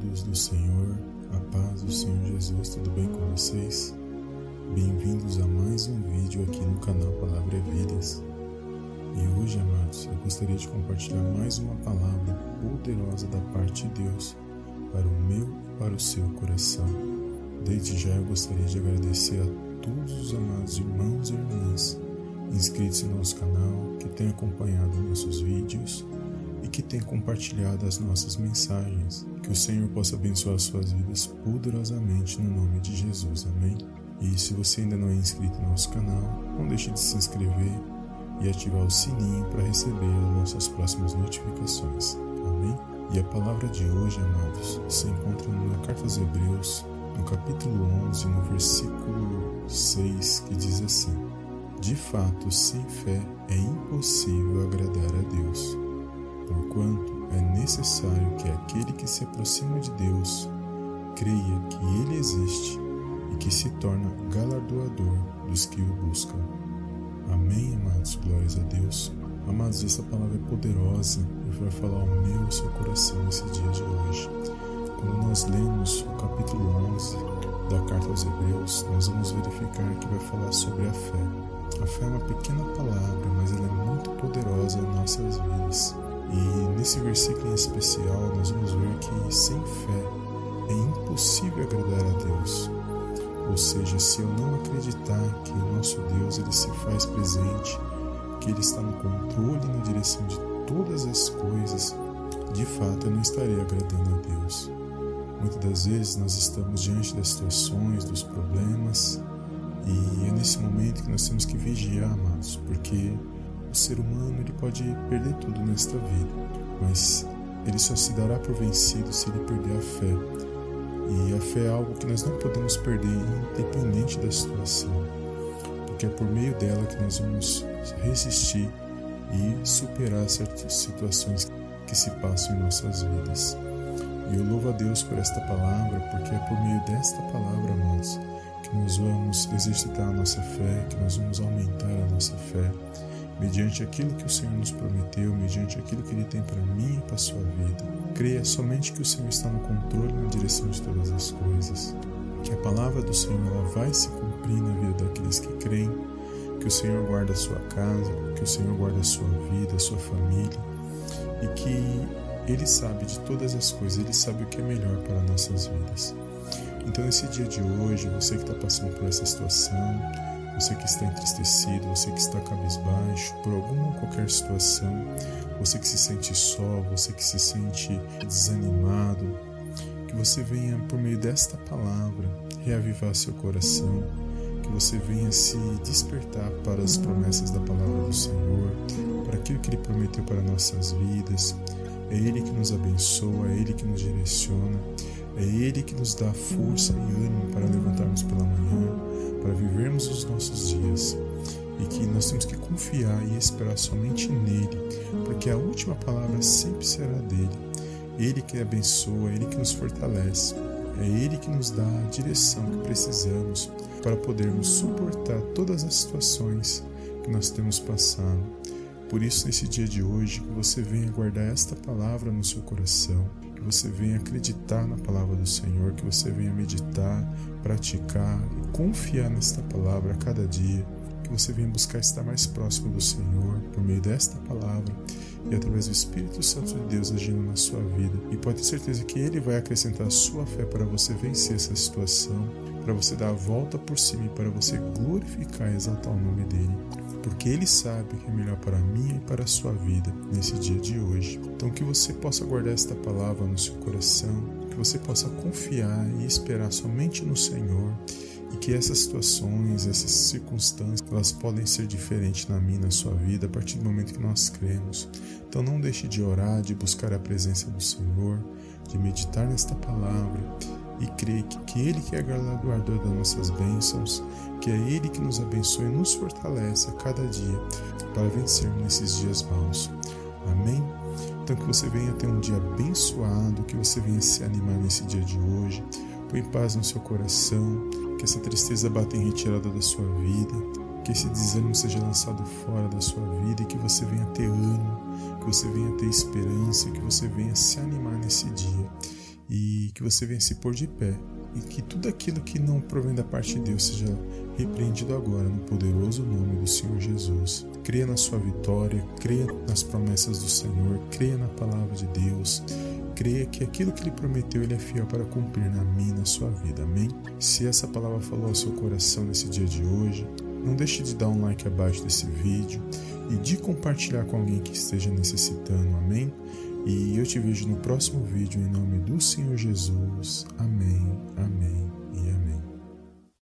Queridos do Senhor, a paz do Senhor Jesus, tudo bem com vocês? Bem-vindos a mais um vídeo aqui no canal Palavra é Vidas. E hoje, amados, eu gostaria de compartilhar mais uma palavra poderosa da parte de Deus para o meu e para o seu coração. Desde já eu gostaria de agradecer a todos os amados irmãos e irmãs inscritos em nosso canal, que têm acompanhado nossos vídeos e que têm compartilhado as nossas mensagens. Que o Senhor possa abençoar suas vidas poderosamente no nome de Jesus, amém? E se você ainda não é inscrito no nosso canal, não deixe de se inscrever e ativar o sininho para receber as nossas próximas notificações, amém? E a palavra de hoje, amados, se encontra na Carta aos Hebreus, no capítulo 11, no versículo 6, que diz assim: de fato, sem fé é impossível agradar a Deus, porquanto é necessário que aquele que se aproxima de Deus creia que Ele existe e que se torna galardoador dos que o buscam. Amém, amados? Glórias a Deus. Amados, essa palavra é poderosa e vai falar ao meu e ao seu coração nesse dia de hoje. Quando nós lemos o capítulo 11 da Carta aos Hebreus, nós vamos verificar que vai falar sobre a fé. A fé é uma pequena palavra, mas ela é muito poderosa em nossas vidas. E nesse versículo em especial, nós vamos ver que sem fé é impossível agradar a Deus. Ou seja, se eu não acreditar que o nosso Deus ele se faz presente, que Ele está no controle e na direção de todas as coisas, de fato eu não estarei agradando a Deus. Muitas das vezes nós estamos diante das situações, dos problemas, e é nesse momento que nós temos que vigiar, amados, porque o ser humano ele pode perder tudo nesta vida, mas ele só se dará por vencido se ele perder a fé. E a fé é algo que nós não podemos perder, independente da situação, porque é por meio dela que nós vamos resistir e superar certas situações que se passam em nossas vidas. E eu louvo a Deus por esta palavra, porque é por meio desta palavra, amados, que nós vamos exercitar a nossa fé, que nós vamos aumentar a nossa fé, mediante aquilo que o Senhor nos prometeu, mediante aquilo que Ele tem para mim e para a sua vida. Creia somente que o Senhor está no controle e na direção de todas as coisas, que a palavra do Senhor ela vai se cumprir na vida daqueles que creem, que o Senhor guarda a sua casa, que o Senhor guarda a sua vida, a sua família, e que Ele sabe de todas as coisas, Ele sabe o que é melhor para nossas vidas. Então, nesse dia de hoje, você que está passando por essa situação, você que está entristecido, você que está cabisbaixo por alguma ou qualquer situação, você que se sente só, você que se sente desanimado, que você venha, por meio desta palavra, reavivar seu coração, que você venha se despertar para as promessas da palavra do Senhor, para aquilo que Ele prometeu para nossas vidas. É Ele que nos abençoa, é Ele que nos direciona, é Ele que nos dá força e ânimo para levantarmos pela manhã, para vivermos os nossos dias, e que nós temos que confiar e esperar somente nele, porque a última palavra sempre será dele. Ele que abençoa, Ele que nos fortalece, é Ele que nos dá a direção que precisamos para podermos suportar todas as situações que nós temos passado. Por isso, nesse dia de hoje, que você venha guardar esta palavra no seu coração, que você venha acreditar na palavra do Senhor, que você venha meditar, praticar e confiar nesta palavra a cada dia, que você venha buscar estar mais próximo do Senhor por meio desta palavra e através do Espírito Santo de Deus agindo na sua vida. E pode ter certeza que Ele vai acrescentar a sua fé para você vencer essa situação, para você dar a volta por cima e para você glorificar e exaltar o nome dEle. Porque Ele sabe o que é melhor para mim e para a sua vida nesse dia de hoje. Então que você possa guardar esta palavra no seu coração, que você possa confiar e esperar somente no Senhor, e que essas situações, essas circunstâncias, elas podem ser diferentes na minha e na sua vida a partir do momento que nós cremos. Então não deixe de orar, de buscar a presença do Senhor, de meditar nesta palavra e crer que Ele que é galardoador das nossas bênçãos, que é Ele que nos abençoa e nos fortalece a cada dia para vencermos nesses dias maus. Amém? Então que você venha ter um dia abençoado, que você venha se animar nesse dia de hoje, põe paz no seu coração, que essa tristeza bata em retirada da sua vida, que esse desânimo seja lançado fora da sua vida e que você venha ter ânimo, que você venha ter esperança, que você venha se animar nesse dia e que você venha se pôr de pé e que tudo aquilo que não provém da parte de Deus seja repreendido agora no poderoso nome do Senhor Jesus. Creia na sua vitória, creia nas promessas do Senhor, creia na palavra de Deus, creia que aquilo que Ele prometeu Ele é fiel para cumprir na minha e na sua vida, amém? Se essa palavra falou ao seu coração nesse dia de hoje, não deixe de dar um like abaixo desse vídeo e de compartilhar com alguém que esteja necessitando, amém? E eu te vejo no próximo vídeo em nome do Senhor Jesus, amém, amém.